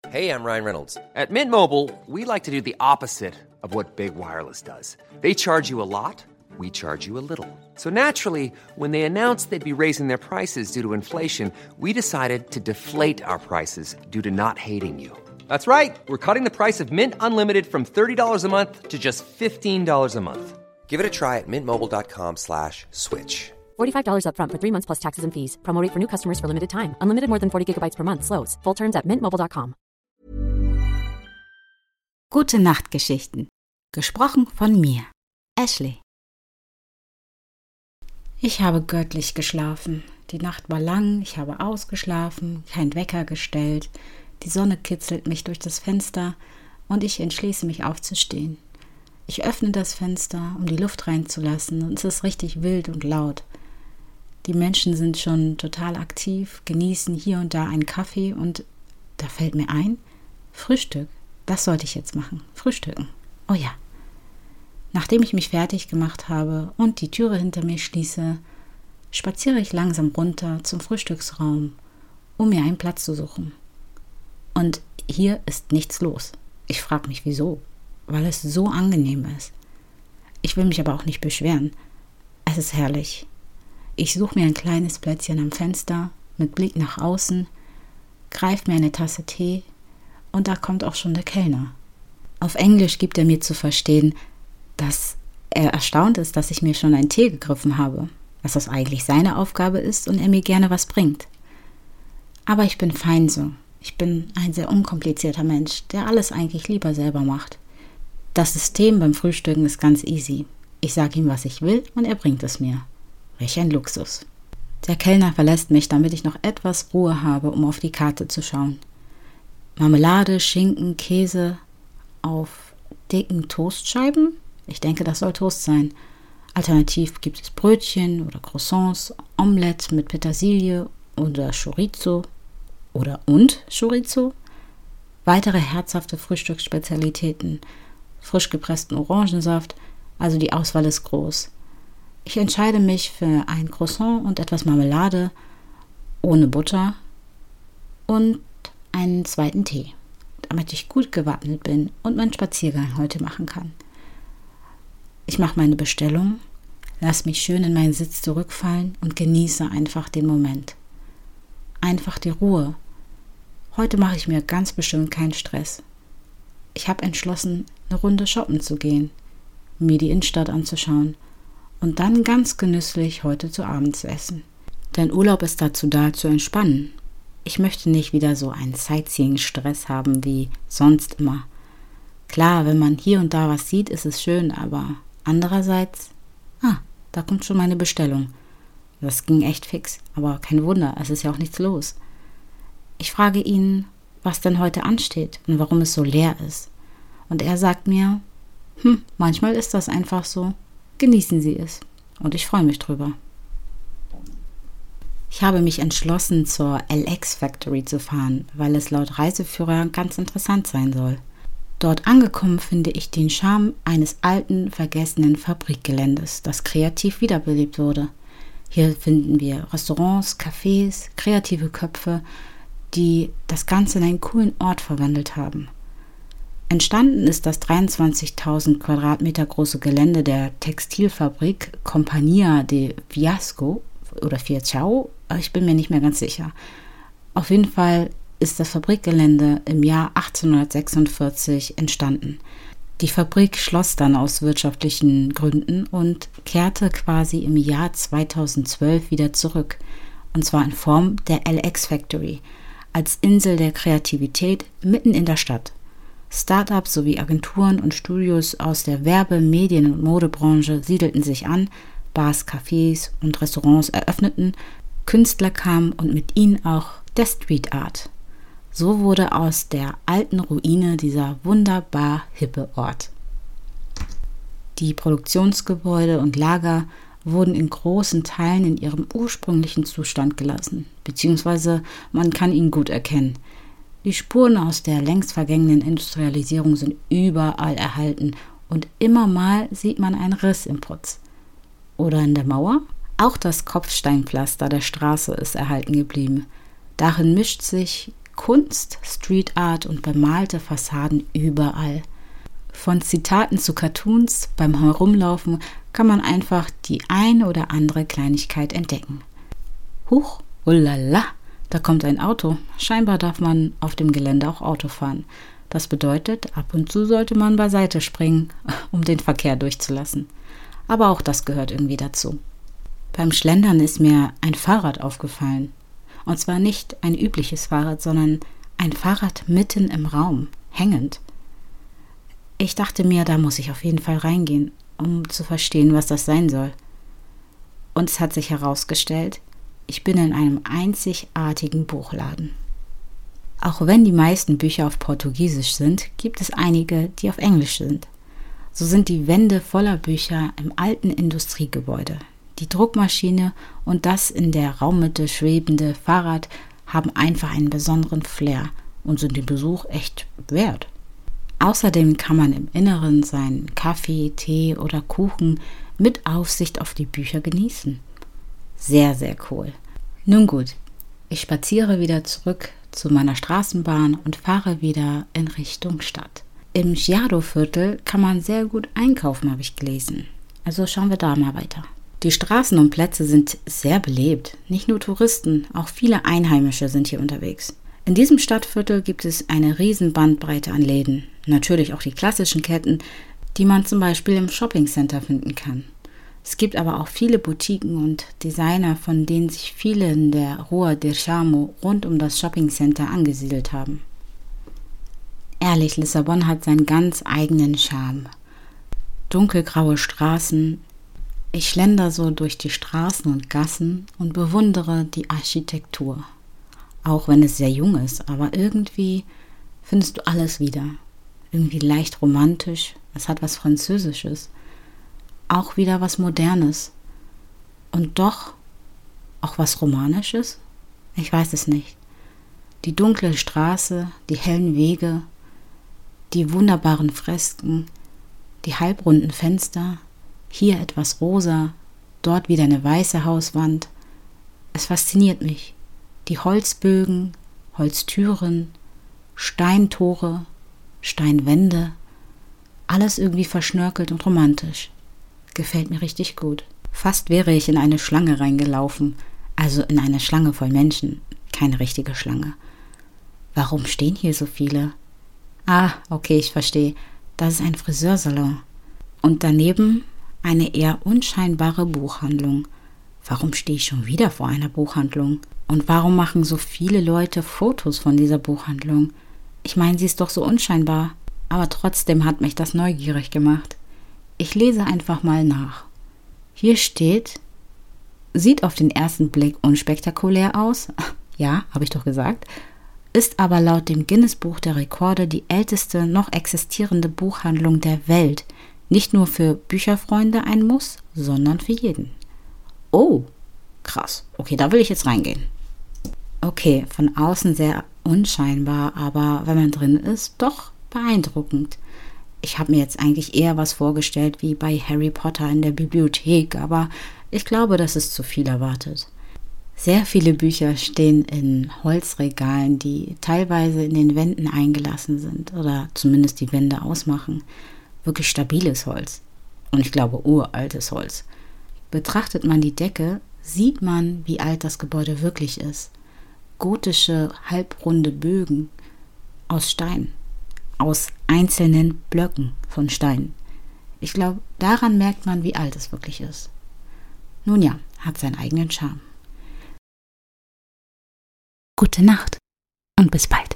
Hey, I'm Ryan Reynolds. At Mint Mobile, we like to do the opposite of what Big Wireless does. They charge you a lot, we charge you a little. So naturally, when they announced they'd be raising their prices due to inflation, we decided to deflate our prices due to not hating you. That's right. We're cutting the price of Mint Unlimited from $30 a month to just $15 a month. Give it a try at mintmobile.com/switch. $45 up front for 3 months plus taxes and fees. Promo rate for new customers for limited time. Unlimited more than 40 gigabytes per month. Slows full terms at mintmobile.com. Gute Nachtgeschichten. Gesprochen von mir, Ashley. Ich habe göttlich geschlafen. Die Nacht war lang, ich habe ausgeschlafen, kein Wecker gestellt. Die Sonne kitzelt mich durch das Fenster und ich entschließe mich aufzustehen. Ich öffne das Fenster, um die Luft reinzulassen, und es ist richtig wild und laut. Die Menschen sind schon total aktiv, genießen hier und da einen Kaffee und da fällt mir ein, Frühstück. Das sollte ich jetzt machen. Frühstücken. Oh ja. Nachdem ich mich fertig gemacht habe und die Türe hinter mir schließe, spaziere ich langsam runter zum Frühstücksraum, um mir einen Platz zu suchen. Und hier ist nichts los. Ich frage mich, wieso? Weil es so angenehm ist. Ich will mich aber auch nicht beschweren. Es ist herrlich. Ich suche mir ein kleines Plätzchen am Fenster mit Blick nach außen, greife mir eine Tasse Tee, und da kommt auch schon der Kellner. Auf Englisch gibt er mir zu verstehen, dass er erstaunt ist, dass ich mir schon einen Tee gegriffen habe, dass das eigentlich seine Aufgabe ist und er mir gerne was bringt. Aber ich bin fein so. Ich bin ein sehr unkomplizierter Mensch, der alles eigentlich lieber selber macht. Das System beim Frühstücken ist ganz easy. Ich sage ihm, was ich will, und er bringt es mir. Welch ein Luxus. Der Kellner verlässt mich, damit ich noch etwas Ruhe habe, um auf die Karte zu schauen. Marmelade, Schinken, Käse auf dicken Toastscheiben? Ich denke, das soll Toast sein. Alternativ gibt es Brötchen oder Croissants, Omelette mit Petersilie oder Chorizo und Chorizo. Weitere herzhafte Frühstücksspezialitäten, frisch gepressten Orangensaft, also die Auswahl ist groß. Ich entscheide mich für ein Croissant und etwas Marmelade ohne Butter und einen zweiten Tee, damit ich gut gewappnet bin und meinen Spaziergang heute machen kann. Ich mache meine Bestellung, lasse mich schön in meinen Sitz zurückfallen und genieße einfach den Moment. Einfach die Ruhe. Heute mache ich mir ganz bestimmt keinen Stress. Ich habe entschlossen, eine Runde shoppen zu gehen, mir die Innenstadt anzuschauen und dann ganz genüsslich heute zu Abend zu essen. Denn Urlaub ist dazu da, zu entspannen. Ich möchte nicht wieder so einen Sightseeing-Stress haben wie sonst immer. Klar, wenn man hier und da was sieht, ist es schön, aber andererseits, da kommt schon meine Bestellung. Das ging echt fix, aber kein Wunder, es ist ja auch nichts los. Ich frage ihn, was denn heute ansteht und warum es so leer ist. Und er sagt mir, manchmal ist das einfach so, genießen Sie es. Und ich freue mich drüber. Ich habe mich entschlossen, zur LX Factory zu fahren, weil es laut Reiseführer ganz interessant sein soll. Dort angekommen finde ich den Charme eines alten, vergessenen Fabrikgeländes, das kreativ wiederbelebt wurde. Hier finden wir Restaurants, Cafés, kreative Köpfe, die das Ganze in einen coolen Ort verwandelt haben. Entstanden ist das 23.000 Quadratmeter große Gelände der Textilfabrik Compagnia de Fiasco oder Fiacciao, ich bin mir nicht mehr ganz sicher. Auf jeden Fall ist das Fabrikgelände im Jahr 1846 entstanden. Die Fabrik schloss dann aus wirtschaftlichen Gründen und kehrte quasi im Jahr 2012 wieder zurück, und zwar in Form der LX Factory, als Insel der Kreativität mitten in der Stadt. Startups sowie Agenturen und Studios aus der Werbe-, Medien- und Modebranche siedelten sich an, Bars, Cafés und Restaurants eröffneten, Künstler kamen und mit ihnen auch der Street Art. So wurde aus der alten Ruine dieser wunderbar hippe Ort. Die Produktionsgebäude und Lager wurden in großen Teilen in ihrem ursprünglichen Zustand gelassen, beziehungsweise man kann ihn gut erkennen. Die Spuren aus der längst vergangenen Industrialisierung sind überall erhalten und immer mal sieht man einen Riss im Putz. Oder in der Mauer? Auch das Kopfsteinpflaster der Straße ist erhalten geblieben. Darin mischt sich Kunst, Street Art und bemalte Fassaden überall. Von Zitaten zu Cartoons, beim Herumlaufen kann man einfach die ein oder andere Kleinigkeit entdecken. Huch, ulala, da kommt ein Auto. Scheinbar darf man auf dem Gelände auch Auto fahren. Das bedeutet, ab und zu sollte man beiseite springen, um den Verkehr durchzulassen. Aber auch das gehört irgendwie dazu. Beim Schlendern ist mir ein Fahrrad aufgefallen. Und zwar nicht ein übliches Fahrrad, sondern ein Fahrrad mitten im Raum, hängend. Ich dachte mir, da muss ich auf jeden Fall reingehen, um zu verstehen, was das sein soll. Und es hat sich herausgestellt, ich bin in einem einzigartigen Buchladen. Auch wenn die meisten Bücher auf Portugiesisch sind, gibt es einige, die auf Englisch sind. So sind die Wände voller Bücher im alten Industriegebäude. Die Druckmaschine und das in der Raummitte schwebende Fahrrad haben einfach einen besonderen Flair und sind den Besuch echt wert. Außerdem kann man im Inneren seinen Kaffee, Tee oder Kuchen mit Aussicht auf die Bücher genießen. Sehr, sehr cool. Nun gut, ich spaziere wieder zurück zu meiner Straßenbahn und fahre wieder in Richtung Stadt. Im Chiado-Viertel kann man sehr gut einkaufen, habe ich gelesen. Also schauen wir da mal weiter. Die Straßen und Plätze sind sehr belebt. Nicht nur Touristen, auch viele Einheimische sind hier unterwegs. In diesem Stadtviertel gibt es eine riesen Bandbreite an Läden. Natürlich auch die klassischen Ketten, die man zum Beispiel im Shoppingcenter finden kann. Es gibt aber auch viele Boutiquen und Designer, von denen sich viele in der Rua del Chamo rund um das Shoppingcenter angesiedelt haben. Ehrlich, Lissabon hat seinen ganz eigenen Charme. Dunkelgraue Straßen. Ich schlender so durch die Straßen und Gassen und bewundere die Architektur. Auch wenn es sehr jung ist, aber irgendwie findest du alles wieder. Irgendwie leicht romantisch, es hat was Französisches. Auch wieder was Modernes. Und doch auch was Romanisches? Ich weiß es nicht. Die dunkle Straße, die hellen Wege, die wunderbaren Fresken, die halbrunden Fenster, hier etwas rosa, dort wieder eine weiße Hauswand. Es fasziniert mich. Die Holzbögen, Holztüren, Steintore, Steinwände, alles irgendwie verschnörkelt und romantisch. Gefällt mir richtig gut. Fast wäre ich in eine Schlange reingelaufen, also in eine Schlange voll Menschen, keine richtige Schlange. Warum stehen hier so viele? Ah, okay, ich verstehe. Das ist ein Friseursalon. Und daneben eine eher unscheinbare Buchhandlung. Warum stehe ich schon wieder vor einer Buchhandlung? Und warum machen so viele Leute Fotos von dieser Buchhandlung? Ich meine, sie ist doch so unscheinbar. Aber trotzdem hat mich das neugierig gemacht. Ich lese einfach mal nach. Hier steht, sieht auf den ersten Blick unspektakulär aus. Ja, habe ich doch gesagt. Ist aber laut dem Guinness-Buch der Rekorde die älteste noch existierende Buchhandlung der Welt. Nicht nur für Bücherfreunde ein Muss, sondern für jeden. Oh, krass. Okay, da will ich jetzt reingehen. Okay, von außen sehr unscheinbar, aber wenn man drin ist, doch beeindruckend. Ich habe mir jetzt eigentlich eher was vorgestellt wie bei Harry Potter in der Bibliothek, aber ich glaube, das ist zu viel erwartet. Sehr viele Bücher stehen in Holzregalen, die teilweise in den Wänden eingelassen sind oder zumindest die Wände ausmachen. Wirklich stabiles Holz und ich glaube uraltes Holz. Betrachtet man die Decke, sieht man, wie alt das Gebäude wirklich ist. Gotische, halbrunde Bögen aus Stein. Aus einzelnen Blöcken von Stein. Ich glaube, daran merkt man, wie alt es wirklich ist. Nun ja, hat seinen eigenen Charme. Gute Nacht und bis bald.